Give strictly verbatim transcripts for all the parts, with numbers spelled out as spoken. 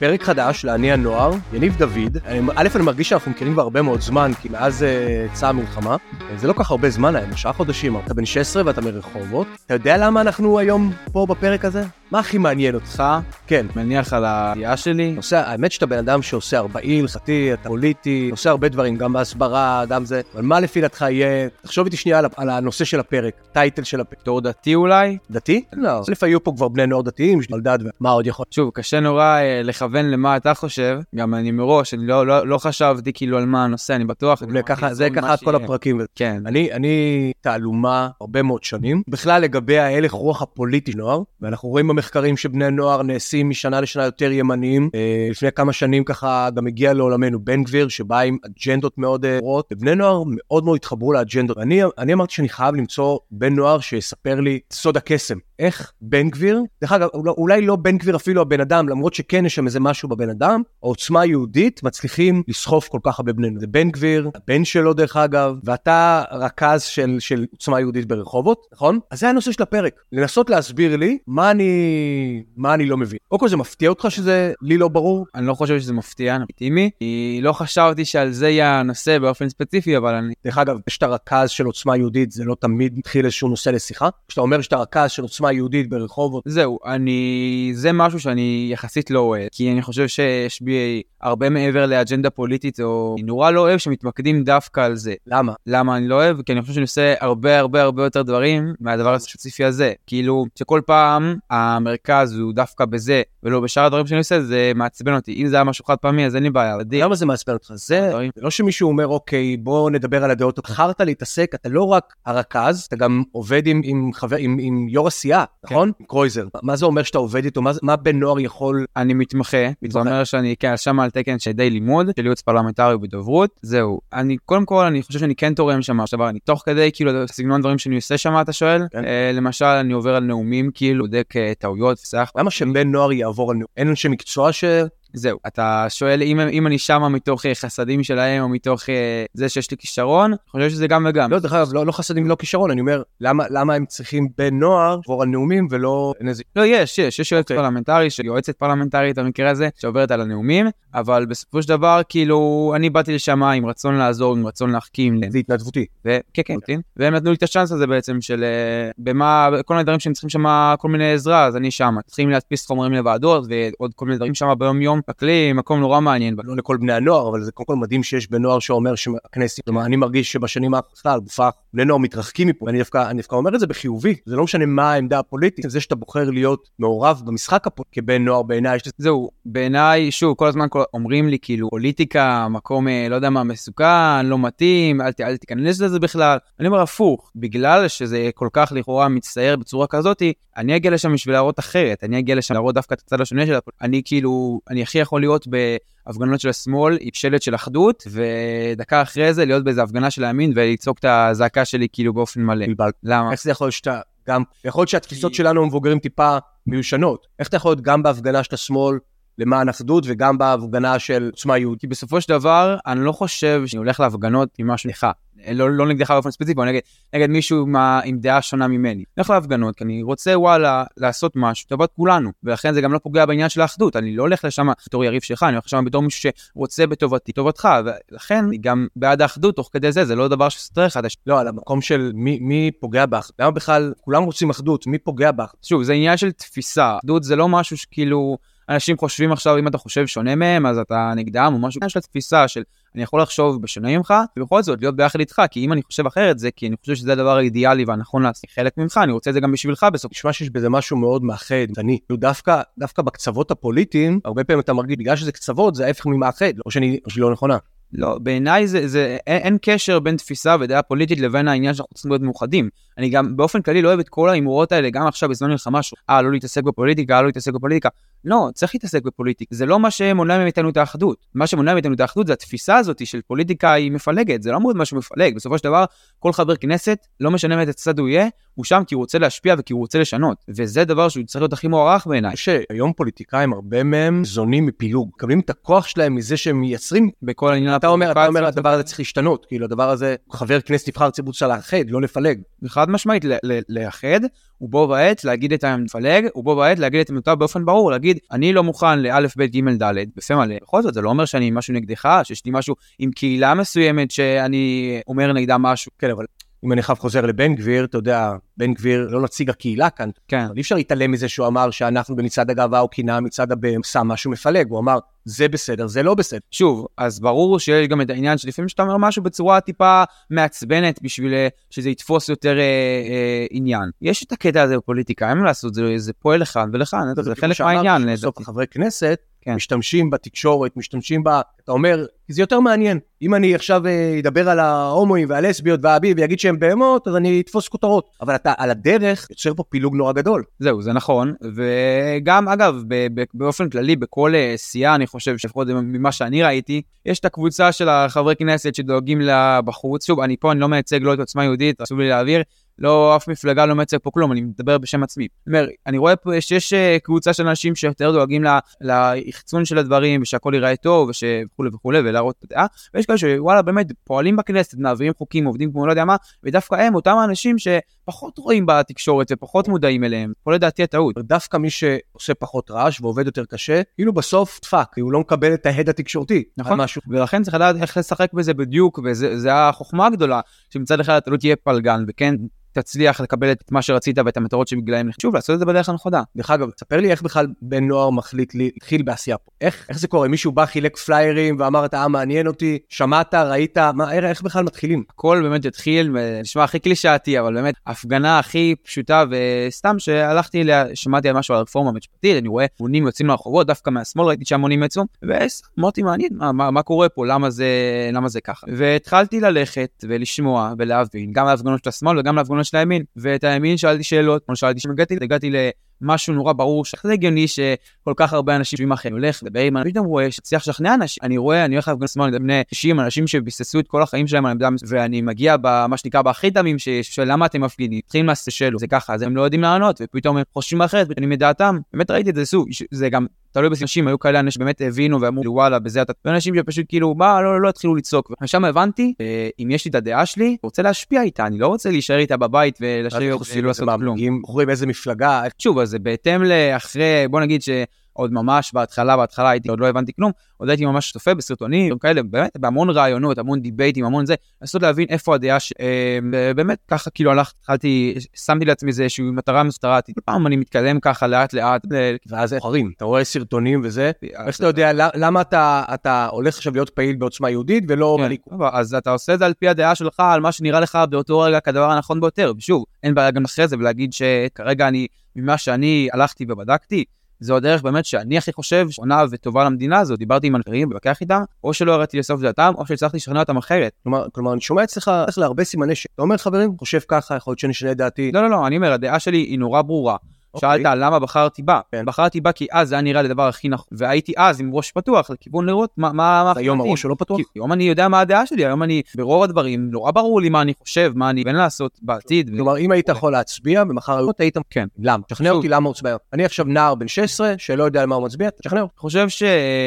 פרק חדש לעני הנוער, יניב דוד. א', אני מרגיש שאנחנו מכירים כבר הרבה מאוד זמן, כי מאז צאה המלחמה. זה לא כך הרבה זמן, היה שלושה חודשים, אתה בן שש עשרה ואתה מרחובות. אתה יודע למה אנחנו היום פה בפרק הזה? מה הכי מעניין אותך? כן. מניח על הידיעה שלי. עושה, האמת שאתה בן אדם שעושה ארבעים, חתי, אתה פוליטי, עושה הרבה דברים, גם בהסברה, גם זה. אבל מה לפי דעתך יהיה? תחשוב איתי שנייה על, על הנושא של הפרק, טייטל של הפרק. תור דתי אולי? דתי? לא. לפעמים היו פה כבר בני נוער דתיים, על דת ומה עוד יכול. שוב, קשה נורא לכוון למה אתה חושב. גם אני מראש, אני לא, לא, לא חשבתי כאילו על מה הנושא, אני בטוח. זה ככה, זה ככה כל הפרקים. כן. אני, אני תעלומה הרבה מאוד שנים, בכלל לגבי ההלך רוח הפוליטי נוער, ואנחנו רואים במחקרים שבני נוער נעשים משנה לשנה יותר ימניים. לפני כמה שנים ככה גם הגיע לעולמנו בן גביר, שבא עם אג'נדות מאוד רואות, ובני נוער מאוד מאוד התחברו לאג'נדות. אני, אני אמרתי שאני חייב למצוא בן נוער שיספר לי סוד הקסם. איך בן גביר, דרך אגב, אולי לא בן גביר אפילו הבן אדם, למרות שכן יש שם איזה משהו בבן אדם, העוצמה יהודית מצליחים לסחוף כל כך הרבה בנינו. זה בן גביר, הבן שלו דרך אגב, ואתה רכז של, של עוצמה יהודית ברחובות, נכון? אז זה הנושא של הפרק. לנסות להסביר לי מה אני, מה אני לא מבין. או כל זה מפתיע אותך שזה לי לא ברור? אני לא חושב שזה מפתיע, נפיטימי. כי לא חשבתי שעל זה יהיה הנושא באופן ספציפי, אבל אני... דרך אגב, כשאתה רכז של עוצמה יהודית, זה לא תמיד מתחיל איזשהו נושא לשיחה. כשאתה אומר שאתה רכז של עוצמה יהודית ברחובות. זהו, אני... זה משהו שאני יחסית לא אוהב, כי אני חושב שיש בי הרבה מעבר לאג'נדה פוליטית, או אני נורא לא אוהב שמתמקדים דווקא על זה. למה? למה אני לא אוהב? כי אני חושב שאני עושה הרבה הרבה הרבה יותר דברים מהדבר הספציפי הזה. כאילו, שכל פעם המרכז הוא דווקא בזה, ולא בשאר הדברים שאני עושה, זה מעצבן אותי. אם זה היה משהו חד פעמי, אז אין לי בעיה. למה זה מעצבן אותך? זה לא שמישהו אומר, אוקיי, בוא נדבר על הדעות. בחרת להתעסק, אתה לא רק הרכז, אתה גם עובד עם, עם חבר, עם, עם יו"ר הסיעה, נכון? עם קרויזר. מה זה אומר שאתה עובד איתו? מה, מה בן נוער יכול... אני מתמחה. זה אומר שאני כן, שם על תקן של די לימוד, של ייעוץ פרלמנטרי ובדוברות. זהו. אני, קודם כל, אני חושב שאני כן תורם שם. עכשיו, אני תוך כדי, כאילו, סגנון דברים שאני עושה שם, אתה שואל. כן. אה, למשל, אני עובר על נאומים, כאילו, בודק טעויות, פסח. למה שבן נוער יעבור על נאום? אין אנשי מקצוע ש... זהו, אתה שואל אם, אם אני שמה מתוך חסדים שלהם או מתוך זה שיש לי כישרון, אני חושב שזה גם וגם. לא, דרך אגב, לא, לא חסדים, לא כישרון, אני אומר, למה, למה הם צריכים בן נוער עבור על נאומים ולא נזיק? לא, יש, יש, יש יועץ okay. פרלמנטרי, יועצת פרלמנטרית במקרה הזה, שעוברת על הנאומים, אבל בסופו של דבר, כאילו, אני באתי לשם עם רצון לעזור, עם רצון להחכים. זה התנדבותי. ו... כן, כן, okay. והם נתנו לי את הצ'אנס הזה בעצם של, במה, כל מיני דברים שהם צריכים שם, כל מיני עזרה, אז אני שם. צריכים להדפיס חומרים לוועדות, ועוד כל מיני דברים שם ביום יום. בכלי, מקום נורא מעניין. לא לכל בני הנוער, אבל זה קודם כל מדהים שיש בן נוער שאומר שהכנסת, אני מרגיש שבשנים האחרונה, גופה, בני נוער מתרחקים מפה, ואני דווקא, אני דווקא אומר את זה בחיובי, זה לא משנה מה העמדה הפוליטית, זה שאתה בוחר להיות מעורב במשחק הפוליטי, כבן נוער בעיניי. זהו, בעיניי, שוב, כל הזמן אומרים לי, כאילו, פוליטיקה, מקום, לא יודע מה, מסוכן, לא מתאים, אל, אל תיכנס לזה בכלל. אני אומר הפוך, בגלל שזה כל כך לכאורה מצטייר בצורה כזאת, אני אגיע לשם בשביל להראות אחרת, אני אגיע לשם להראות דווקא את הצד השונה של הפוליטיקה. אני כאילו, אני הכי יכול להיות בהפגנות של השמאל, עם שלט של אחדות, ודקה אחרי זה להיות באיזו הפגנה של הימין, ולצעוק את הזעקה שלי כאילו באופן מלא. למה? איך זה יכול להיות שאתה, גם, יכול להיות שהתפיסות שלנו המבוגרים טיפה מיושנות. איך אתה יכול להיות גם בהפגנה של השמאל, למען אחדות, וגם בהפגנה של עוצמה יהודית? כי בסופו של דבר, אני לא חושב שאני הולך להפגנות עם משהו נכה. לא, לא נגדך באופן ספציפי, אבל נגד, נגד מישהו מה, עם דעה שונה ממני. הולך להפגנות, כי אני רוצה וואלה לעשות משהו, טובת כולנו, ולכן זה גם לא פוגע בעניין של האחדות. אני לא הולך לשם בתור יריב שלך, אני הולך לשם בתור מישהו שרוצה בטובתי, טובתך, ולכן אני גם בעד האחדות תוך כדי זה, זה לא דבר שסתר אחד. לא, על המקום של מי, מי פוגע באחדות. למה בכלל, כולם רוצים אחדות, מי פוגע באחדות? שוב, זה עניין של תפיסה. אחדות זה לא משהו שכאילו אנשים חושבים עכשיו, אם אתה חושב שונה מהם, אז אתה נגדם או משהו. יש לה תפיסה של אני יכול לחשוב בשונה ממך, ובכל זאת להיות ביחד איתך, כי אם אני חושב אחרת זה, כי אני חושב שזה הדבר האידיאלי והנכון לעשות חלק ממך, אני רוצה את זה גם בשבילך בסוף. נשמע שיש בזה משהו מאוד מאחד, אני, דווקא, דווקא בקצוות הפוליטיים, הרבה פעמים אתה מרגיש, בגלל שזה קצוות, זה ההפך ממאחד, או שאני, או שהיא לא נכונה. לא, בעיניי זה, זה, אין, אין קשר בין תפיסה ודעה פוליטית לבין העניין שאנחנו צריכים להיות מאוחדים. אני גם באופן כללי לא אוהב את כל האמורות האלה, גם עכשיו בזמן מלחמה, אה, לא להתעסק בפוליטיקה, אה, לא להתעסק בפוליטיקה. לא, צריך להתעסק בפוליטיקה. זה לא מה שמונע מאיתנו את האחדות. מה שמונע מאיתנו את האחדות זה התפיסה הזאת של פוליטיקה היא מפלגת. זה לא מאוד משהו מפלג. בסופו של דבר, כל חבר כנסת, לא משנה מאיזה צד הוא יהיה, הוא שם כי הוא רוצה להשפיע וכי הוא רוצה לשנות, וזה דבר שהוא צריך להיות הכי מוערך בעיניי. שהיום פוליטיקאים, הרבה מהם זונים מפילוג, מקבלים את הכוח שלהם מזה שהם מייצרים בכל העניין. אתה אומר, אתה אומר, הדבר הזה צריך להשתנות, כאילו הדבר הזה, חבר כנסת נבחר ציבור של לאחד, לא לפלג. חד משמעית, לאחד, ובו בעת להגיד את המפלג, ובו בעת להגיד את המוטב באופן ברור, להגיד, אני לא מוכן לאלף בית ג' ד' בפה מלא. בכל זאת, זה לא אומר שאני משהו נגדך, שיש לי משהו עם קהילה מסוימת שאני אומר נגדה משהו. כן, אבל אם אני חייב חוזר לבן גביר, אתה יודע, בן גביר לא נציג הקהילה כאן. כן. אבל אי אפשר להתעלם מזה שהוא אמר שאנחנו במצעד הגאווה או קינה מצעד הבאמסה, משהו מפלג. הוא אמר, זה בסדר, זה לא בסדר. שוב, אז ברור שיש גם את העניין שלפעמים שאתה אומר משהו בצורה טיפה מעצבנת בשביל שזה יתפוס יותר אה, אה, עניין. יש את הקטע הזה בפוליטיקה, אין מה לעשות, זה, זה פועל לכאן ולכאן, זה, זה חלק מהעניין. בסוף החברי כנסת, כן. משתמשים בתקשורת, משתמשים בה, אתה אומר, זה יותר מעניין. אם אני עכשיו אדבר על ההומואים והלסביות והאבי ויגיד שהם בהמות, אז אני אתפוס כותרות. אבל אתה על הדרך יוצר פה פילוג נורא גדול. זהו, זה נכון. וגם, אגב, באופן כללי, בכל סיעה, אני חושב שלפחות ממה שאני ראיתי, יש את הקבוצה של החברי כנסת שדואגים לה בחוץ. שוב, אני פה, אני לא מייצג לא את עוצמה יהודית, חשוב לי להעביר. לא, אף מפלגה לא מייצג פה כלום, אני מדבר בשם עצמי. אומר, אני רואה פה שיש קבוצה של אנשים שיותר דואגים להחצון של הדברים, ושהכל ייראה טוב, וכו' וכו', ולהראות את הדעה, ויש כאלה שוואלה, באמת, פועלים בכנסת, מעבירים חוקים, עובדים כמו לא יודע מה, ודווקא הם, אותם האנשים שפחות רואים בתקשורת, ופחות מודעים אליהם, פה לדעתי הטעות. דווקא מי שעושה פחות רעש, ועובד יותר קשה, כאילו בסוף דפק, הוא לא מקבל את ההד התקשורתי. נכון, ולכן צריך לדעת איך לשחק בזה בדיוק, וזה החוכמה הגדולה, שמצד אחד אתה לא תהיה פלגן, וכן תצליח לקבל את מה שרצית ואת המטרות שבגללהם שוב, לעשות את זה בדרך הנכונה. דרך אגב, תספר לי איך בכלל בן נוער מחליט להתחיל בעשייה פה. איך, איך זה קורה? מישהו בא, חילק פליירים ואמר, אתה מעניין אותי, שמעת, ראית, מה, איך בכלל מתחילים? הכל באמת התחיל, נשמע הכי קלישאתי, אבל באמת, הפגנה הכי פשוטה, וסתם שהלכתי, שמעתי על משהו על הרפורמה המשפטית, אני רואה מונים יוצאים לרחובות, דווקא מהשמאל ראיתי שהמונים יצאו, ואמרתי, מעניין, מה, מה, מה קורה פה? למה זה, למה זה ככה? והתחלתי ללכת ולשמוע ולהבין, גם להפגנות של השמאל וגם להפגנות של הימין, ואת הימין שאלתי שאלות, כמו שאלתי שמגעתי, הגעתי למשהו נורא ברור, שזה הגיוני שכל כך הרבה אנשים שומעים אחרי, הולך, לדבר עם אנשים, פתאום רואה שצליח לשכנע אנשים, אני רואה, אני הולך להפגנות שמאל, בני שישים, אנשים שביססו את כל החיים שלהם על עמדה, ואני מגיע במה שנקרא בהכי דמים, ששואל למה אתם מפגינים, צריכים לעשות שאלות, זה ככה, אז הם לא יודעים לענות, ופתאום הם חושבים אחרת, ואני מדעתם, באמת ראיתי את זה, זה גם תלוי בסנשים, היו כאלה אנשים שבאמת הבינו ואמרו לי וואלה, בזה אתה, ואנשים שפשוט כאילו, מה, לא, לא, לא התחילו לצעוק. ושם הבנתי, אם יש לי את הדעה שלי, רוצה להשפיע איתה, אני לא רוצה להישאר איתה בבית ולשאיר ולא לעשות כלום. אם חורים איזה מפלגה. שוב, אז זה בהתאם לאחרי, בוא נגיד ש... עוד ממש בהתחלה, בהתחלה הייתי, עוד לא הבנתי כלום, עוד הייתי ממש צופה בסרטונים, כאלה, באמת, בהמון רעיונות, המון דיבייטים, המון זה, לנסות להבין איפה הדעה ש... באמת, ככה כאילו הלכתי, התחלתי, שמתי לעצמי איזושהי מטרה מסתרתית, פעם אני מתקדם ככה לאט לאט, ואז חורים, אתה רואה סרטונים וזה, איך אתה יודע, למה אתה הולך עכשיו להיות פעיל בעוצמה יהודית ולא בליכוד? אז אתה עושה את זה על פי הדעה שלך, על מה שנראה לך באותו רגע כדבר הנכון ביותר, ושוב, אין בעיה גם אחרי זה, ולהגיד שכרגע אני, ממה שאני הלכתי ובדקתי, זו הדרך באמת שאני הכי חושב שעונה וטובה למדינה הזאת, דיברתי עם מנכרים, בבקח איתם, או שלא הראיתי לסוף דעתם, או שהצלחתי לשכנע אותם אחרת. כלומר, כלומר, אני שומע אצלך להרבה סימני ש... אתה אומר, חברים, חושב ככה, יכול להיות שנשנה דעתי. לא, לא, לא, אני אומר, הדעה שלי היא נורא ברורה. שאלת למה בחרתי בה. בחרתי בה כי אז זה היה נראה לדבר הכי נכון, והייתי אז עם ראש פתוח לכיוון לראות מה... היום הראש לא פתוח? היום אני יודע מה הדעה שלי, היום אני ברוב הדברים, נורא ברור לי מה אני חושב, מה אני בן לעשות בעתיד. כלומר, אם היית יכול להצביע, במחר היום היית... כן. למה? תשכנע אותי למה הוא מצביע. אני עכשיו נער בן שש עשרה, שלא יודע על מה הוא מצביע, תשכנע אותי. חושב ש...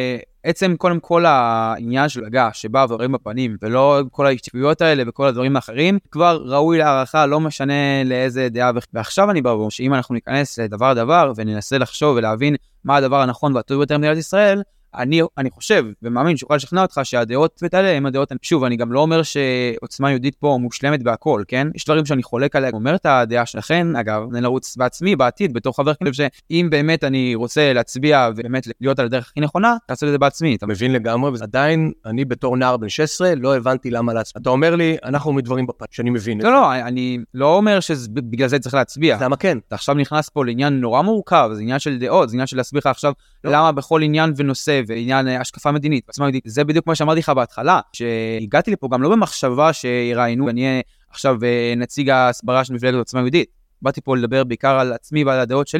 עצם קודם כל העניין של הגה שבא ורואים בפנים, ולא כל ההשתפויות האלה וכל הדברים האחרים, כבר ראוי להערכה, לא משנה לאיזה דעה. ועכשיו אני ברור שאם אנחנו ניכנס לדבר דבר וננסה לחשוב ולהבין מה הדבר הנכון והטוב ביותר במדינת ישראל, אני, אני חושב ומאמין שאוכל לשכנע אותך שהדעות האלה הם הדעות. שוב, אני גם לא אומר שעוצמה יהודית פה מושלמת בהכל, כן? יש דברים שאני חולק עליה, אומר את הדעה שלכן, אגב, אני לרוץ בעצמי בעתיד בתור חבר כנסת, שאם באמת אני רוצה להצביע ובאמת להיות על הדרך הכי נכונה, תעשה את זה בעצמי. אתה מבין לגמרי, ועדיין אני בתור נער בן שש עשרה לא הבנתי למה להצביע. אתה אומר לי, אנחנו מדברים בפת, שאני מבין את זה. לא, לא, אני לא אומר שבגלל זה צריך להצביע. למה כן? אתה עכשיו נכנס פה לעניין נורא מורכב, זה עניין של דעות, זה עניין של להסביר לך עכשיו למה בכל עניין ונושא ועניין השקפה מדינית. זה בדיוק מה שאמרתי לך בהתחלה, שהגעתי לפה גם לא במחשבה שיראיינו, אני עכשיו נציג ההסברה של מפלגת עוצמה יהודית. באתי פה לדבר בעיקר על עצמי ועל הדעות שלי.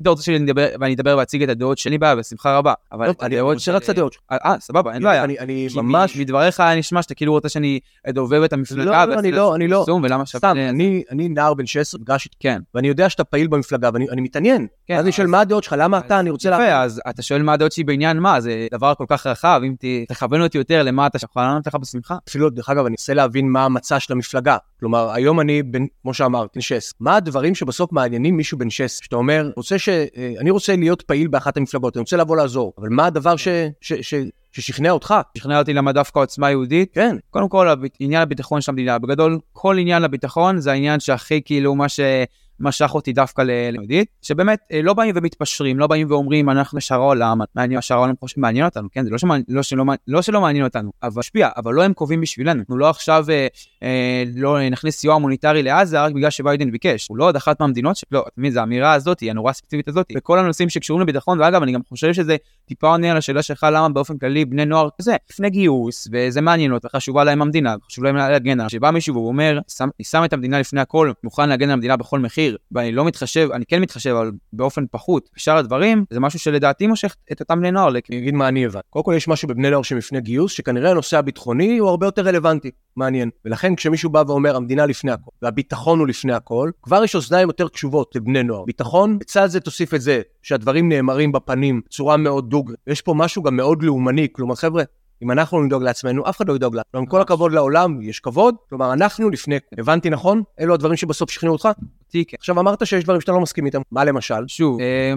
אתה רוצה שאני אדבר, ואני אדבר ואציג את הדעות שלי בה, בשמחה רבה. אבל טוב, אני רוצה רק את הדעות. אה, סבבה, אין בעיה. אני ממש... מדבריך נשמע שאתה כאילו רוצה שאני אדובב את המפלגה. לא, אני לא, אני לא. ולמה סתם, אני נער בן שש עשרה, פגש איתי. כן. ואני יודע שאתה פעיל במפלגה, ואני מתעניין. אז אני שואל מה הדעות שלך, למה אתה, אני רוצה יפה, אז אתה שואל מה הדעות שלי בעניין מה, זה דבר כל כך רחב, אם תכוון אותי יותר למה אתה יכול לענות לך בשמחה. אפילו, דרך אגב, אני אנסה להבין מה המצע של המפלגה. כלומר, היום אני, כמו שאמרתי, בן שש עשרה. מה הדברים שבסוף מעניינים מישהו בן שש עשרה? שאתה אומר, רוצה ש... אני רוצה להיות פעיל באחת המפלגות, אני רוצה לבוא לעזור. אבל מה הדבר ש... ש... ש... ששכנע אותך? שכנע אותי למה דווקא עוצמה יהודית? כן. קודם כל, עניין הביטחון של המדינה. בגדול, כל עניין הביטחון זה העניין שהכי כאילו מה ש... משך אותי דווקא ליהודית, שבאמת לא באים ומתפשרים, לא באים ואומרים, אנחנו שאר העולם, מעניין, שאר העולם חושב, מעניין אותנו, כן? זה לא, שמע, לא, שלא, לא שלא מעניין אותנו, אבל משפיע, אבל לא הם קובעים בשבילנו. אנחנו לא עכשיו, אה, אה, לא נכניס סיוע מוניטרי לעזה, רק בגלל שביידן ביקש. הוא לא עוד אחת מהמדינות שלא, תמיד, זה האמירה הזאת, היא הנורא ספציפית הזאת, וכל הנושאים שקשורים לביטחון, ואגב, אני גם חושב שזה טיפה עונה על השאלה שלך, למה באופן כללי בני נוער כזה, לפני גיוס, וזה מעניין אותך, חשובה להם המדינה, חשוב להם להגן, שבא מישהו והוא אומר, שם, שם את המדינה לפני הכל, מוכן להגן על המדינה בכל מחיר, ואני לא מתחשב, אני כן מתחשב, אבל באופן פחות, בשאר הדברים, זה משהו שלדעתי מושך את אותם בני נוער. אני אגיד מה אני הבנתי. קודם כל יש משהו בבני נוער שמפני גיוס, שכנראה הנושא הביטחוני הוא הרבה יותר רלוונטי, מעניין. ולכן כשמישהו בא ואומר, המדינה לפני הכל, והביטחון הוא לפני הכל, כבר יש אוזניים יותר קשובות לבני נוער. ביטחון, בצד זה תוסיף את זה, שהדברים נאמרים בפנים, בצורה מאוד דוג. יש פה משהו גם מאוד לאומני, כלומר, חבר'ה, אם אנחנו לא נדאוג לעצמנו, אף אחד לא ידאוג לה. עם כל הכבוד לעולם, יש כבוד, כלומר, אנחנו לפני, הבנתי נכון? אלו הדברים שבסוף שכנעו אותך? תיק. עכשיו אמרת שיש דברים שאתה לא מסכים איתם. מה למשל? שוב,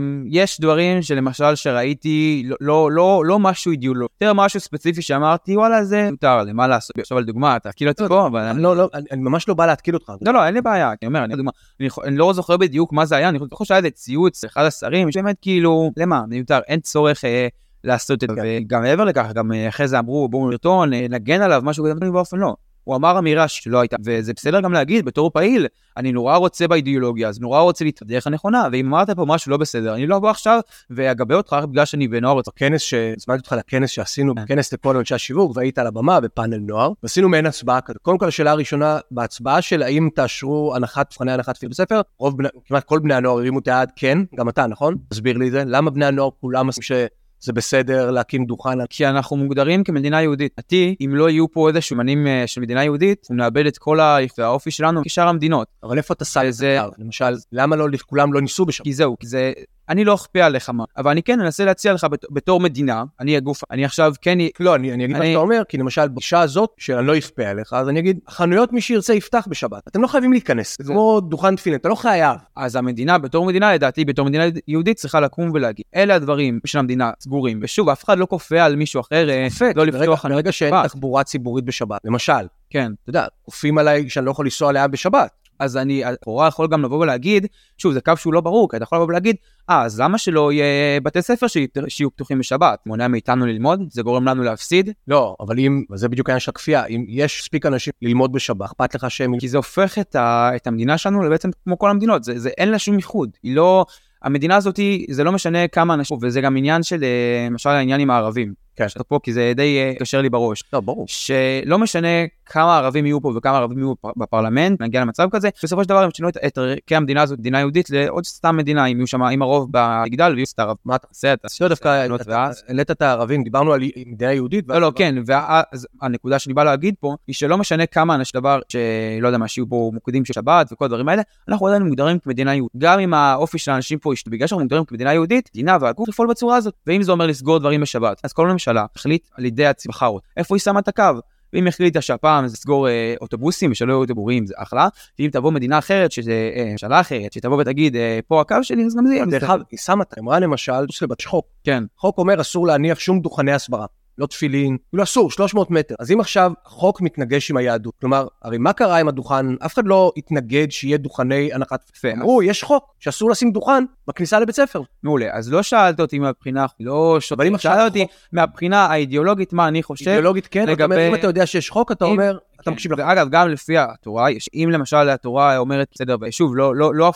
יש דברים שלמשל שראיתי, לא, לא, לא משהו אידיאולוגי. יותר משהו ספציפי שאמרתי, וואלה, זה יותר, למה לעשות? עכשיו על דוגמה, אתה תקיל אותי פה, אבל... לא, לא, אני ממש לא בא להתקיל אותך. לא, לא, אין לי בעיה. אני אומר, אני, אני לא זוכר בדיוק מה זה היה, אני חושב שהיה איזה ציוץ, אחד השרים, שבאמת כאילו, למה? מיותר, אין צורך לעשות את זה. וגם מעבר לכך, גם אחרי זה אמרו, בואו נרטון, נגן עליו, משהו כזה, באופן לא. הוא אמר אמירה שלא הייתה, וזה בסדר גם להגיד, בתור פעיל, אני נורא רוצה באידיאולוגיה, אז נורא רוצה להתדרך הנכונה, ואם אמרת פה משהו לא בסדר, אני לא אבוא עכשיו ואגבה אותך רק בגלל שאני בנוער. כנס שהזמנתי אותך לכנס שעשינו, כנס לכל אנשי השיווק, והיית על הבמה בפאנל נוער, ועשינו מעין הצבעה כזאת. קודם כל השאלה הראשונה, בהצבעה של האם תאשרו הנחת, מבחני הנחת פיל בספר, רוב, כמעט כל בני הנוער הרימו את היד, כן, גם אתה, נכון? תסביר לי את זה. למה בני הנוער כולם מסכים זה בסדר להקים דוכן? כי אנחנו מוגדרים כמדינה יהודית. עתי, אם לא יהיו פה איזשהו מנים של מדינה יהודית, נאבד את כל האופי שלנו כשאר המדינות. אבל איפה אתה סל? זה, למשל, למה לא, כולם לא ניסו בשם? כי זהו, כי זה... אני לא אכפה עליך מה, אבל אני כן אנסה להציע לך בתור מדינה, אני הגוף, אני עכשיו כן... לא, אני, אני אגיד מה שאתה אומר, כי למשל בשעה הזאת, שאני לא אכפה עליך, אז אני אגיד, חנויות מי שירצה יפתח בשבת. אתם לא חייבים להיכנס, זה כמו דוכן תפילין, אתה לא חייב. אז המדינה, בתור מדינה, לדעתי, בתור מדינה יהודית, צריכה לקום ולהגיד, אלה הדברים של המדינה סגורים, ושוב, אף אחד לא כופה על מישהו אחר, לא לפתוח. ברגע שאין תחבורה ציבורית בשבת, למשל, כן, אתה יודע, כופים עליי שאני לא יכול לנסוע עליה בשבת. אז אני, לכאורה יכול גם לבוא ולהגיד, שוב, זה קו שהוא לא ברור, כי אתה יכול לבוא ולהגיד, אה, אז למה שלא יהיה בתי ספר שיהיו פתוחים בשבת? מונע מאיתנו ללמוד? זה גורם לנו להפסיד? לא, אבל אם, וזה בדיוק העניין של הכפייה, אם יש ספיק אנשים ללמוד בשבת, אכפת לך שהם... כי זה הופך את, ה, את המדינה שלנו לבעצם כמו כל המדינות, זה, זה אין לה שום ייחוד, היא לא... המדינה הזאת, זה לא משנה כמה אנשים, וזה גם עניין של, למשל, העניין עם הערבים. כן. שאתה פה, כי זה די קשר לי בראש. לא, ברור. שלא משנה כמה ערבים יהיו פה וכמה ערבים יהיו בפרלמנט, נגיע למצב כזה, בסופו של דבר הם שינו את ערכי המדינה הזאת, מדינה יהודית, לעוד סתם מדינה, אם יהיו שם, אם הרוב ביגדל, ויהיו את הערב. מה אתה עושה? אתה עושה דווקא, העלית את הערבים, דיברנו על מדינה יהודית. לא, לא, כן, והנקודה שאני בא להגיד פה, היא שלא משנה כמה אנשים דבר, שלא יודע מה, שיהיו פה מוקדים של שבת וכל הדברים האלה, אנחנו עדיין מוגדרים כמדינה יהודית. גם אם האופי של האנשים פה, בגלל שאנחנו מוגדרים כמדינה יהודית, מדינה והגוף לפעול בצורה הזאת. ואם זה אומר לסגור דברים בשבת, אז כל הממשלה החליט על ידי הציבור, איפה היא שמה את הקו? ואם החליטה שהפעם זה סגור אה, אוטובוסים ושלא יהיו אוטובורים, זה אחלה. ואם תבוא מדינה אחרת, שזה אה, ממשלה אחרת, שתבוא ותגיד, אה, פה הקו שלי, אז גם זה יהיה. דרך אגב, היא שמה, אמרה למשל, חוק. כן. חוק אומר, אסור להניח שום דוכני הסברה. לא תפילין, לא אסור, שלוש מאות מטר. אז אם עכשיו החוק מתנגש עם היהדות, כלומר, הרי מה קרה עם הדוכן? אף אחד לא התנגד שיהיה דוכני הנחת פה. אמרו, יש חוק שאסור לשים דוכן בכניסה לבית ספר. מעולה, אז לא שאלת אותי מהבחינה, לא שאלת אותי מהבחינה האידיאולוגית, מה אני חושב. אידיאולוגית כן, אם אתה יודע שיש חוק, אתה אומר, אתה מקשיב לך. אגב, גם לפי התורה, אם למשל התורה אומרת בסדר, ושוב, לא הפוך.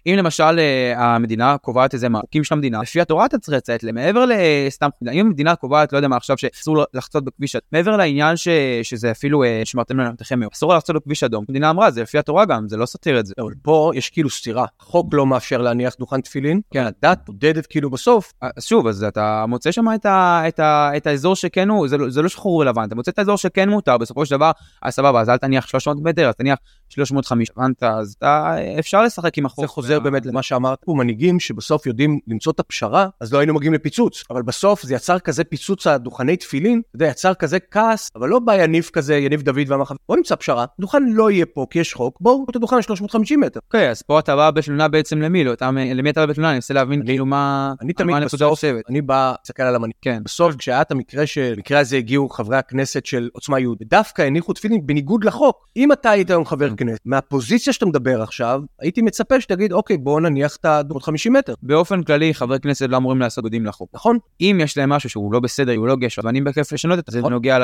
אם למשל המדינה קובעת איזה חוקים של המדינה, לפי התורה אתה צריך לציית למעבר לסתם, אם המדינה קובעת, לא יודע מה עכשיו, שאסור לחצות בכביש, מעבר לעניין ש, שזה אפילו שמרתם לנתכם, אסור לחצות בכביש אדום. המדינה אמרה, זה לפי התורה גם, זה לא סתיר את זה. אבל פה יש כאילו סתירה. החוק לא מאפשר להניח דוכן תפילין, כן, הדת בודדת כאילו בסוף. אז שוב, אז אתה מוצא שם את, ה, את, ה, את האזור שכן הוא, זה, זה לא שחרור רלוונטי, אתה מוצא את האזור שכן מותר, בסופו של דבר, אז סבבה, אז אל תניח שלוש מאות מטר, אז תניח שלוש מאות וחמישים, אז אתה, אפשר לשחק עם החוק. זה חוזר באמת למה שאמרת, פה מנהיגים שבסוף יודעים למצוא את הפשרה, אז לא היינו מגיעים לפיצוץ, אבל בסוף זה יצר כזה פיצוץ הדוכני תפילין, זה יצר כזה כעס, אבל לא בא יניב כזה, יניב דוד והמחב, בוא נמצא פשרה, דוכן לא יהיה פה כי יש חוק, בואו את הדוכן שלוש מאות וחמישים מטר. אוקיי, אז פה אתה בא בתלונה בעצם למי, לא, למי אתה בא בתלונה, אני רוצה להבין כאילו מה, אני תמיד בסוף, אני בא לסתכל על המנהיג. כן. בסוף כשהיה את המקרה שבמקרה הזה הגיעו חברי הכנסת של עוצמה יהודית, דווקא הניחו תפילין בניגוד לחוק. אם אתה היית היום חבר כנסת, מהפוזיציה שאתה מדבר עכשיו, הייתי מצפה שתגיד, אוקיי, בואו נניח את ה-מאה וחמישים מטר. באופן כללי, חברי כנסת לא אמורים לעשות גודים לחוק. נכון? אם יש להם משהו שהוא לא בסדר, הוא לא גשר, ואני בכיף לשנות את זה, זה נוגע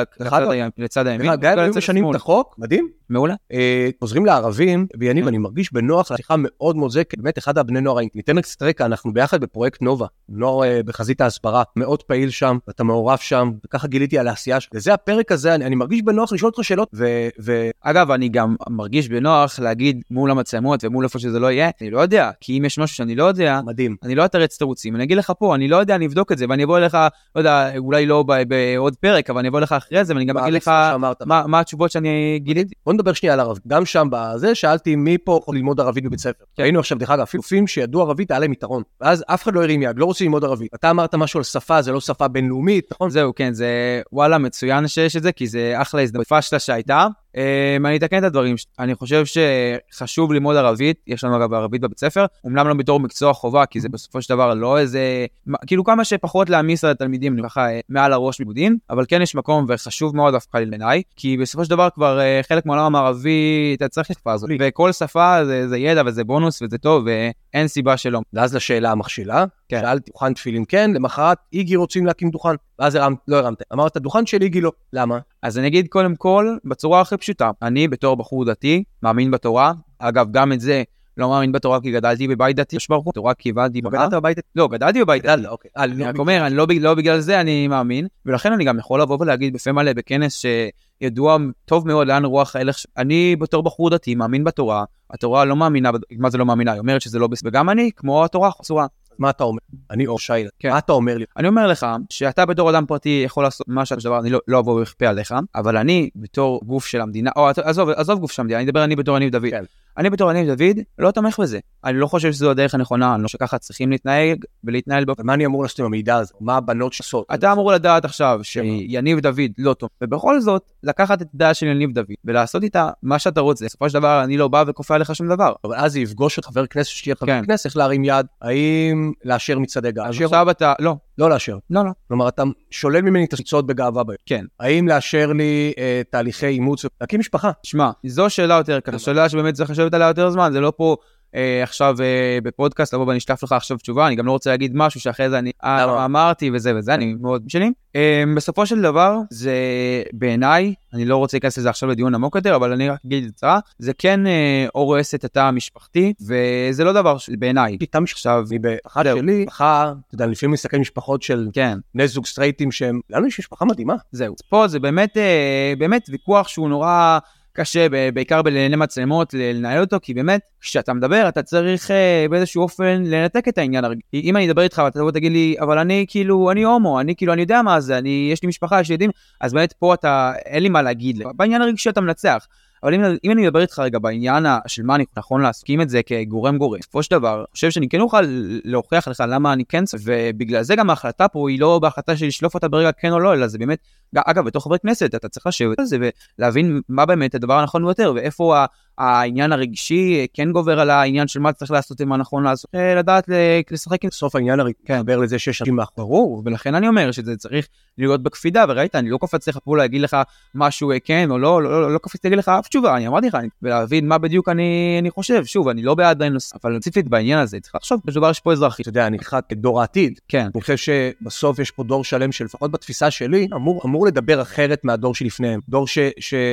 לצד הימין. גם אם משנים את החוק, מדהים. מעולה. עוזרים לערבים, ויניב, אני מרגיש בנוח לשיחה מאוד מאוד זה, באמת אחד הבני נוער, ניתן רק קצת רקע, אנחנו ביחד בפרויקט נובה, נוער בחזית ההסברה, מאוד פעיל שם, אתה מעורב שם, וככה גיליתי על העשייה שלך. וזה הפרק הזה, אני מרגיש בנוח לשאול אותך שאלות, ו... אגב, אני גם מרגיש בנוח להגיד מול המצלמות ומול איפה שזה לא יהיה, אני לא יודע, כי אם יש משהו שאני לא יודע, מדהים. אני לא אתרץ תירוצים, אני אגיד לך פה, אני לא יודע, אני אבדוק את זה, ואני אבוא אליך, לא יודע, אולי לא בעוד פרק, אבל אני אבוא לך אחרי זה, ואני גם אגיד לך מה, מה התשובות שאני גיליתי. בוא נדבר שנייה על ערבית. גם שם בזה שאלתי מי פה יכול ללמוד ערבית בבית ספר. היינו עכשיו דרך אגב, אפילו שידעו ערבית היה להם יתרון. ואז אף אחד לא הרים יד, לא רוצים ללמוד ערבית. אתה אמרת משהו על שפה, זה לא שפה בינלאומית, נכון? זהו, כן, זה וואלה מצוין שיש את זה, כי זה אחלה הזדמנות פשלה שהייתה. אני אתקן את הדברים, אני חושב שחשוב ללמוד ערבית, יש לנו אגב ערבית בבית ספר, אומנם לא בתור מקצוע חובה, כי זה בסופו של דבר לא איזה, כאילו כמה שפחות להעמיס על התלמידים, ככה מעל הראש לימודים, אבל כן יש מקום וחשוב מאוד דווקא בעיניי, כי בסופו של דבר כבר חלק מהעולם המערבי, אתה צריך לשפה הזאת, וכל שפה זה, זה ידע וזה בונוס וזה טוב, ואין סיבה שלא. ואז לשאלה המכשילה, כן. שאלתי, דוכן תפילין כן, למחרת איגי רוצים להקים דוכן, ואז הרמת, לא הרמת, אמרת, דוכן של איגי לא, למה? אז אני אגיד קודם כל, בצורה הכי פשוטה, אני בתור בחור דתי, מאמין בתורה, אגב גם את זה, לא מאמין בתורה כי גדלתי בבית דתי, יש ברוך הוא, תורה כי הבנתי בבית. גדלת בבית דתי? לא, גדלתי בבית דתי. אוקיי. אני רק אומר, לא בגלל זה אני מאמין, ולכן אני גם יכול לבוא ולהגיד בפה מלא בכנס שידוע טוב מאוד לאן רוח ההלך, אני בתור בחור דתי, מאמין בתורה, התורה לא מאמינה, מה זה לא מאמינה, היא אומרת שזה לא בסדר, וגם אני, כמו התורה, חסורה. מה אתה אומר? אני אור שיילה. כן. מה אתה אומר לי? אני אומר לך שאתה בתור אדם פרטי יכול לעשות מה שאתה דבר, אני לא, לא אבוא ויכפה עליך, אבל אני בתור גוף של המדינה, או עזוב, עזוב גוף של המדינה, אני מדבר אני בתור יניב דוד. כן. אני בתור יניב דוד לא תומך בזה. אני לא חושב שזו הדרך הנכונה, אני לא שככה צריכים להתנהג ולהתנהל בו. ומה אני אמור לעשות עם המידע הזה? מה הבנות שעשות? אתה אמור לדעת עכשיו שיניב דוד לא טוב, ובכל זאת לקחת את הדעה של יניב דוד ולעשות איתה מה שאתה רוצה. בסופו של דבר אני לא בא וכופה עליך שום דבר. אבל אז יפגוש את חבר כנסת שתהיה חבר כנסת, איך להרים יד, האם לאשר מצעדי גאווה? עכשיו אתה, לא. לא לאשר. לא, לא. כלומר, אתה שולל ממני את החיצות בגאווה בהם. כן. האם לאשר לי אה, תהליכי אימוץ, להקים משפחה? שמע, זו שאלה יותר קשה. שאלה שבאמת צריך לשבת עליה יותר זמן, זה לא פה אה, עכשיו אה, בפודקאסט, לבוא ואני אשלח לך עכשיו תשובה, אני גם לא רוצה להגיד משהו שאחרי זה אני אה, אמרתי וזה וזה, אני מאוד משלים. אה, בסופו של דבר, זה בעיניי, אני לא רוצה להיכנס לזה עכשיו לדיון עמוק יותר, אבל אני רק אגיד את זה, זה כן אה, הורס את התא המשפחתי, וזה לא דבר בעיניי. תא עכשיו, אני באחת שלי, משפחה, אתה יודע, לפעמים מסתכל משפחות של בני זוג סטרייטים שהם, לנו יש משפחה מדהימה. זהו. פה זה באמת, אה, באמת ויכוח שהוא נורא קשה, בעיקר בעיני מצלמות, לנהל אותו, כי באמת, כשאתה מדבר, אתה צריך אה, באיזשהו אופן לנתק את העניין הרגשי. אם אני אדבר איתך, ואתה תבוא תגיד לי, אבל אני כאילו, אני הומו, אני כאילו, אני יודע מה זה, אני, יש לי משפחה, יש לי ילדים, אז באמת פה אתה, אין לי מה להגיד. בעניין הרגשי אתה מנצח. אבל אם, אם אני מדבר איתך רגע בעניין של מה אני נכון להסכים את זה כגורם גורם, בסופו של דבר, אני חושב שאני כן אוכל להוכיח לך למה אני כן, ובגלל זה גם ההחלטה פה היא לא בהחלטה של לשלוף אותה ברגע כן או לא, אלא זה באמת, אגב, בתוך חברי כנסת, אתה צריך לשבת על זה ולהבין מה באמת הדבר הנכון ביותר, ואיפה העניין הרגשי כן גובר על העניין של מה צריך לעשות ומה נכון לעשות, לדעת לשחק עם סוף העניין הרגשי, גובר לזה שיש אנשים ברור, ולכן אני אומר שזה צריך להיות בקפידה, וראית, אני לא קופץ לך פה להגיד לך משהו כן או לא, לא, לא, לא קופץ להגיד לך אף תשובה, אני אמרתי לך, ולהבין מה בדיוק אני, אני חושב, שוב, אני לא בעד דינוס, אבל ספציפית בעניין הזה, צריך לחשוב, בשביל יש פה אזרחי. אתה יודע, אני חד דור העתיד, כן. אני חושב שבסוף יש פה דור שלם שלפחות בתפיסה שלי, אמור, אמור לדבר אחרת מהדור שלפניהם, דור ש, ש...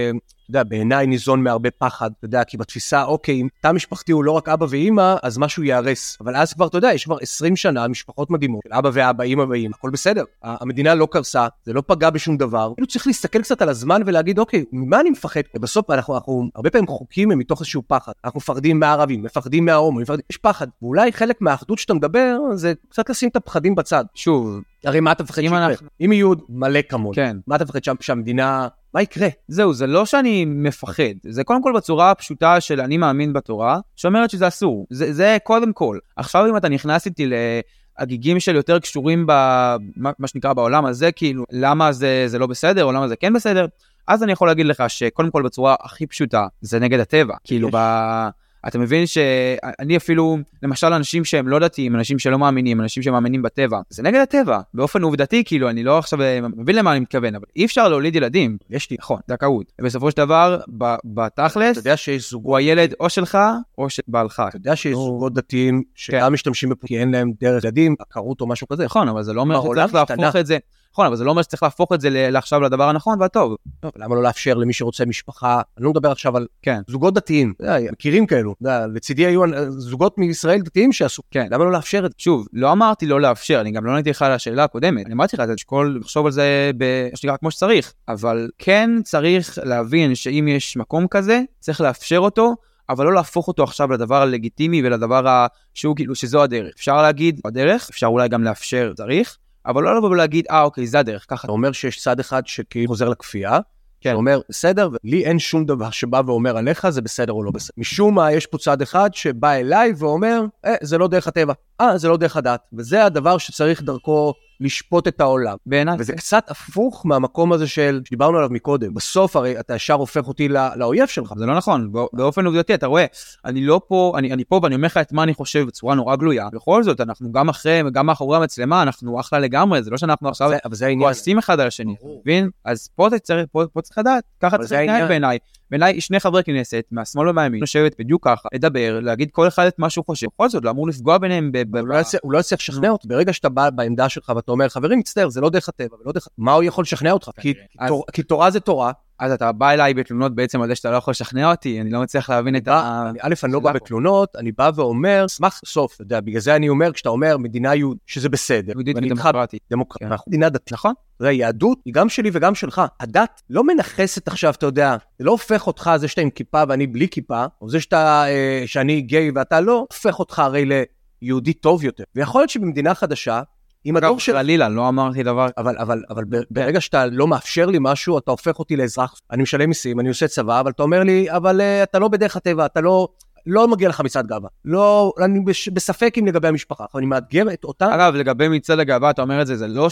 אתה יודע, בעיניי ניזון מהרבה פחד, אתה יודע, כי בתפיסה, אוקיי, אם תא משפחתי הוא לא רק אבא ואמא, אז משהו יהרס. אבל אז כבר, אתה יודע, יש כבר עשרים שנה, משפחות מדהימות, אבא ואבא, אמא ואמא, הכל בסדר. המדינה לא קרסה, זה לא פגע בשום דבר. כאילו צריך להסתכל קצת על הזמן ולהגיד, אוקיי, ממה אני מפחד? ובסוף אנחנו, אנחנו הרבה פעמים חוקים מתוך איזשהו פחד. אנחנו מפחדים מהערבים, מפחדים מההומו, מפחדים, יש פחד. ואולי חלק מהאחדות שאתה מדבר, זה קצת לשים את הפחדים בצד. שוב, הרי מה אתה מפחד שיקרה? אנחנו... אם יהיו מלא כמון, כן. מה אתה מפחד שהמדינה... מה יקרה? זהו, זה לא שאני מפחד, זה קודם כל בצורה הפשוטה של אני מאמין בתורה, שאומרת שזה אסור, זה, זה קודם כל. עכשיו אם אתה נכנס איתי להגיגים של יותר קשורים במה שנקרא בעולם הזה, כאילו למה זה, זה לא בסדר או למה זה כן בסדר, אז אני יכול להגיד לך שקודם כל בצורה הכי פשוטה, זה נגד הטבע, כאילו ב... אתה מבין שאני אפילו, למשל אנשים שהם לא דתיים, אנשים שלא מאמינים, אנשים שמאמינים בטבע, זה נגד הטבע, באופן עובדתי, כאילו, אני לא עכשיו מבין למה אני מתכוון, אבל אי אפשר להוליד ילדים, יש לי, נכון, זכאות. ובסופו של דבר, בתכלס, אתה יודע שיש זוג, הוא הילד או שלך, או של בעלך. אתה יודע שיש זוגות דתיים, שגם משתמשים בפ... כי אין להם דרך ילדים, עקרות או משהו כזה. נכון, אבל זה לא אומר שצריך להפוך את זה. נכון, אבל זה לא אומר שצריך להפוך את זה לעכשיו לדבר הנכון והטוב. טוב, למה לא לאפשר למי שרוצה משפחה? אני לא מדבר עכשיו על כן. זוגות דתיים, מכירים כאלו. לצידי היו זוגות מישראל דתיים שעשו. כן. למה לא לאפשר את זה? שוב, לא אמרתי לא לאפשר, אני גם לא נתתי לך לשאלה הקודמת. אני אמרתי לך, אתה שכל לחשוב על זה בשתיקה כמו שצריך, אבל כן צריך להבין שאם יש מקום כזה, צריך לאפשר אותו, אבל לא להפוך אותו עכשיו לדבר הלגיטימי ולדבר שהוא כאילו שזו הדרך. אפשר להגיד הדרך, אפשר אולי גם לאפשר, צריך. אבל לא לבוא ולהגיד, אה, אוקיי, זה הדרך, ככה. אתה אומר שיש צד אחד שכאילו חוזר לכפייה, כן. שאומר, בסדר, ולי אין שום דבר שבא ואומר עליך, זה בסדר או לא בסדר. משום מה, יש פה צד אחד שבא אליי ואומר, אה, זה לא דרך הטבע, אה, זה לא דרך הדת, וזה הדבר שצריך דרכו לשפוט את העולם. בעיניי. וזה קצת הפוך מהמקום הזה של, שדיברנו עליו מקודם. בסוף, הרי אתה ישר הופך אותי לא, לאויב שלך. זה לא נכון. באופן עובדתי, אתה רואה, אני לא פה, אני, אני פה ואני אומר לך את מה אני חושב בצורה נורא גלויה. בכל זאת, אנחנו גם אחרי, גם מאחורי המצלמה, אנחנו אחלה לגמרי, זה לא שאנחנו עכשיו כועסים אחד על השני. מבין? אז פה צריך, פה, פה צריך לדעת, ככה צריך להתנהל בעיניי. בעיניי, שני חברי כנסת, מהשמאל ומהימין, לשבת בדיוק ככה, לדבר, להגיד כל אחד את מה שהוא חושב. בכל זאת, לא אמור לפגוע ביניהם. הוא לא יצליח לשכנע אותי. ברגע שאתה בא בעמדה שלך ואתה אומר, חברים, מצטער, זה לא דרך הטבע, ולא דרך... מה הוא יכול לשכנע אותך? כי תורה זה תורה. אז אתה בא אליי בתלונות בעצם על זה שאתה לא יכול לשכנע אותי, אני לא מצליח להבין את ה... א', אני לא בא בתלונות, אני בא ואומר, סמך סוף, אתה יודע, בגלל זה אני אומר, כשאתה אומר מדינה יהודית, שזה בסדר. יהודית ודמוקרטית. דמוקרטית. אנחנו מדינה דתית. נכון? היהדות היא גם שלי וגם שלך. הדת לא מנחסת עכשיו, אתה יודע, זה לא הופך אותך, זה שאתה עם כיפה ואני בלי כיפה, או זה שאתה, שאני גיי ואתה לא, הופך אותך הרי ליהודי טוב יותר. ויכול להיות שבמדינה חדשה, אם הדור של... חלילה, לא אמרתי דבר... אבל, אבל, אבל ברגע שאתה לא מאפשר לי משהו, אתה הופך אותי לאזרח. אני משלם מיסים, אני עושה צבא, אבל אתה אומר לי, אבל uh, אתה לא בדרך הטבע, אתה לא... לא מגיע לך מצעד גאווה. לא, אני בספק אם לגבי המשפחה, אבל אני מאתגר את אותה... אגב, לגבי מצעד הגאווה, אתה אומר את זה, זה לא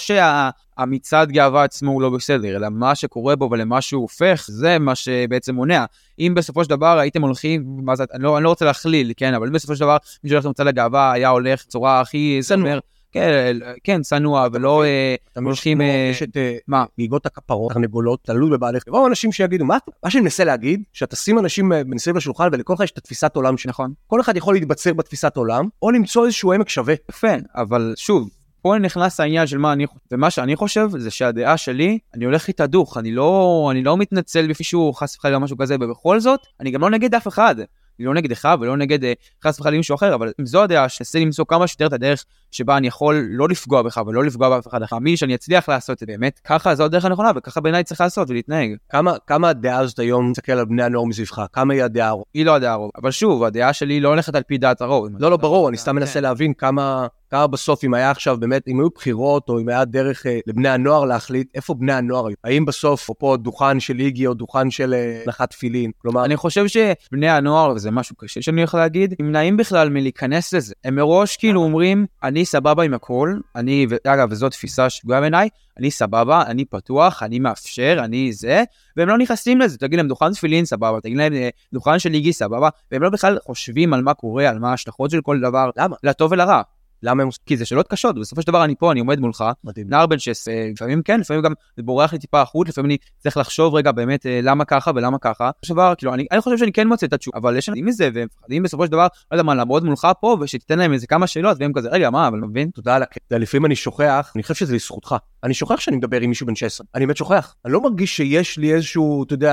שהמצעד גאווה עצמו הוא לא בסדר, אלא מה שקורה בו ולמה שהוא הופך, זה מה שבעצם מונע. אם בסופו של דבר הייתם הולכים, מה זה, אני לא, אני לא רוצה להכליל, כן, אבל בסופו של דבר, מי שהולך למצעד הגאווה היה הולך צורה הכי... סנוע. כן, כן, צנוע, ולא הולכים... יש את גיגות הכפרות, תרנגולות, תלוי בבעלי... ובואו אנשים שיגידו, מה שאני מנסה להגיד, שאתה שים אנשים מסביב לשולחן, ולכל אחד יש את התפיסת עולם שנכון. כל אחד יכול להתבצר בתפיסת עולם, או למצוא איזשהו עמק שווה. יפה, אבל שוב, פה נכנס העניין של מה אני חושב, ומה שאני חושב זה שהדעה שלי, אני הולך איתה דוך, אני לא, אני לא מתנצל בפישהו חס וחלילה משהו כזה, ובכל זאת, אני גם לא נגד אף אחד. אני לא נגד אחד ולא נגד חס וחלילה מישהו אחר, אבל אם זו הדעה, שנסה למצוא כמה שיותר את הדרך שבה אני יכול לא לפגוע בך ולא לפגוע באף אחד אחר, מי שאני אצליח לעשות את זה באמת, ככה זו הדרך הנכונה, וככה בעיניי צריך לעשות ולהתנהג. כמה, כמה הדעה הזאת היום מסתכל על בני הנוער מסביבך? כמה היא הדעה הרוב? היא לא הדעה הרוב, אבל שוב, הדעה שלי לא הולכת על פי דעת הרוב. לא, לא, ברור, אני סתם מנסה להבין כמה... כמה בסוף, אם היה עכשיו באמת, אם היו בחירות, או אם היה דרך אה, לבני הנוער להחליט, איפה בני הנוער היו? האם בסוף, או פה דוכן של איגי, או דוכן של נחת תפילין? כלומר... אני חושב שבני הנוער, וזה משהו קשה שאני הולך להגיד, הם נעים בכלל מלהיכנס לזה. הם מראש כאילו אומרים, אני סבבה עם הכל, אני, אגב, וזו תפיסה שגויה בעיניי, אני סבבה, אני פתוח, אני מאפשר, אני זה, והם לא נכנסים לזה, תגיד להם דוכן תפילין סבבה, תגיד להם דוכן של איגי סבבה, והם לא בכלל חושבים על מה קורה, על מה ההשלכות של כל דבר, למה? לטוב ולרע. למה הם... כי זה שאלות קשות, בסופו של דבר אני פה, אני עומד מולך, מדהים. נער בן שש, לפעמים כן, לפעמים גם בורח לי טיפה החוט, לפעמים אני צריך לחשוב רגע באמת למה ככה ולמה ככה. בסופו של דבר, כאילו, אני, אני חושב שאני כן מוצא את התשובה, אבל יש אנשים מזה, והם מפחדים בסופו של דבר, לא יודע מה, לעמוד מולך פה, ושתיתן להם איזה כמה שאלות, והם כזה, רגע, מה, אבל מבין? תודה על הכ... לפעמים אני שוכח, אני חושב שזה לזכותך. אני שוכח שאני מדבר עם מישהו בן שש עשרה. אני באמת שוכח. אני לא מרגיש שיש לי איזשהו, אתה יודע,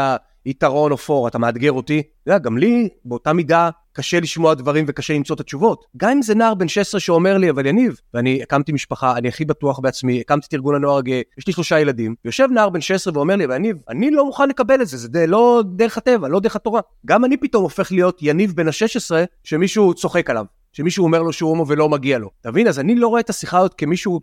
יתרון או פור, אתה מאתגר אותי, יודע, גם לי באותה מידה קשה לשמוע דברים וקשה למצוא את התשובות. גם אם זה נער בן שש עשרה שאומר לי, אבל יניב, ואני הקמתי משפחה, אני הכי בטוח בעצמי, הקמתי את ארגון הנוער הגאה, יש לי שלושה ילדים, יושב נער בן שש עשרה ואומר לי, אבל יניב, אני לא מוכן לקבל את זה, זה די, לא דרך הטבע, לא דרך התורה. גם אני פתאום הופך להיות יניב בן ה-שש עשרה, שמישהו צוחק עליו. שמישהו אומר לו שהוא הומו ולא מגיע לו. תבין, אז אני לא רואה את השיחה הזאת כמישהו,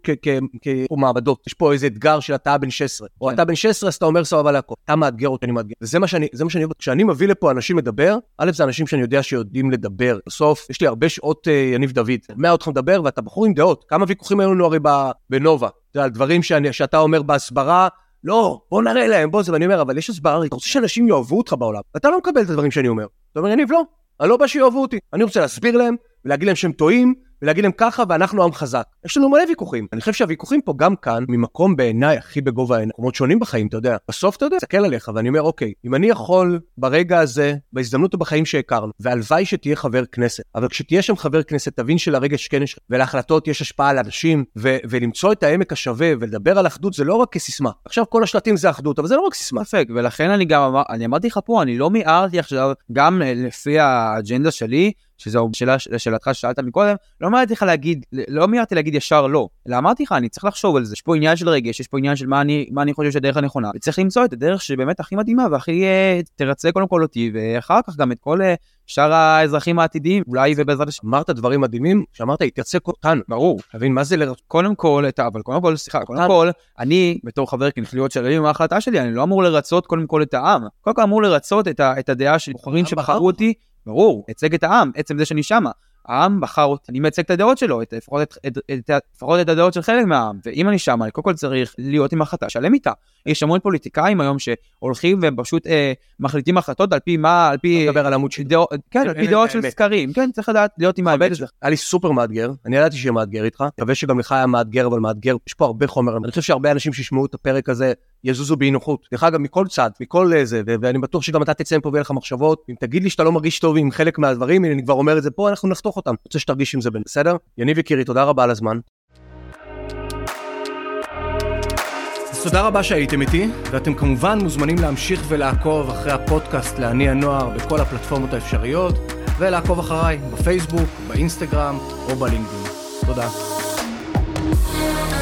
כמעבדות. יש פה איזה אתגר של אתה בן שש עשרה. או אתה בן שש עשרה, אז אתה אומר סבבה להכל. אתה מאתגר אותי, אני מאתגר. וזה מה שאני, זה מה שאני, כשאני מביא לפה אנשים לדבר, א' זה אנשים שאני יודע שיודעים לדבר. בסוף, יש לי הרבה שעות יניב דוד. מה אותך מדבר, ואתה בחור עם דעות. כמה ויכוחים היו לנו הרי בנובה. זה על דברים שאני, שאתה אומר בהסברה, לא, בוא נראה להם, בוא זה, ואני אומר, אבל יש הסברה, אתה רוצה שאנשים יאהבו אותך בעולם. אתה לא מקבל את הדברים שאני אומר. אתה אומר, יניב, לא, אני לא בא שיאהבו אותי. אני רוצה להסביר להם ולהגיד להם שהם טועים, ולהגיד להם ככה, ואנחנו עם חזק. יש לנו מלא ויכוחים. אני חושב שהוויכוחים פה גם כאן, ממקום בעיניי הכי בגובה העיניים, מקומות שונים בחיים, אתה יודע. בסוף אתה יודע, תסתכל עליך, ואני אומר, אוקיי, אם אני יכול ברגע הזה, בהזדמנות בחיים שהכרנו, והלוואי שתהיה חבר כנסת, אבל כשתהיה שם חבר כנסת, תבין שלרגע שכן יש, ולהחלטות יש השפעה על אנשים, ו- ולמצוא את העמק השווה, ולדבר על אחדות, זה לא רק כסיסמה. עכשיו כל השלטים זה אחדות, אבל זה לא רק סיסמה. אפק, ולכן אני גם אמר, אני אמרתי לך פה, אני לא מיהרתי עכשיו, גם לפי האג'נדה שלי, שזו שאלה, שאלתך ששאלת מקודם, לא אמרתי לך להגיד, לא אמרתי להגיד ישר לא, אלא אמרתי לך, אני צריך לחשוב על זה, יש פה עניין של רגש, יש פה עניין של מה אני, מה אני חושב שהדרך הנכונה, וצריך למצוא את הדרך שבאמת הכי מדהימה, והכי תרצה קודם כל אותי, ואחר כך גם את כל שאר האזרחים העתידיים, אולי ובעזרת השם. אמרת דברים מדהימים, שאמרת, היא תרצה אותנו. ברור. תבין, מה זה לרצות? קודם כל, אבל קודם כל, סליחה, קודם כל, אני, בתור חבר כנכליות של עם ההחלטה שלי, אני לא אמור לרצות קודם כל את העם. קודם כל אמור לרצות את, ה, את הדעה של בוחרים שבחרו אותי. ברור, הצג את העם, עצם זה שאני שמה. העם בחר אותי, אני מייצג את הדעות שלו, את, לפחות, את, את, את, לפחות את הדעות של חלק מהעם, ואם אני שמה, אני קודם כל צריך להיות עם החלטה, שלם איתה. יש המון פוליטיקאים היום שהולכים ופשוט אה, מחליטים החלטות על פי מה, על פי... מדבר על עמוד של דעות, כן, על פי דעות של סקרים, כן, צריך לדעת להיות עם האמת. היה לי סופר מאתגר, אני ידעתי שיהיה מאתגר איתך, מקווה שגם לך היה מאתגר, אבל מאתגר, יש פה הרבה חומר, אני חושב שהרבה אנשים שישמעו את הפרק הזה, יזוזו באינוחות, דרך אגב, מכל צד, מכל זה, ואני בטוח שגם אתה תצא פה ויהיה לך מחשבות, אם תגיד לי שאתה לא מרגיש טוב עם חלק מהדברים, אני כבר אומר את זה פה, אנחנו נחתוך אותם. רוצה שתרגיש עם זה בסדר? יניב יקירי, תודה רבה על הזמן. תודה רבה שהייתם איתי, ואתם כמובן מוזמנים להמשיך ולעקוב אחרי הפודקאסט לעני הנוער בכל הפלטפורמות האפשריות, ולעקוב אחריי בפייסבוק, באינסטגרם או בלינקדאין. תודה.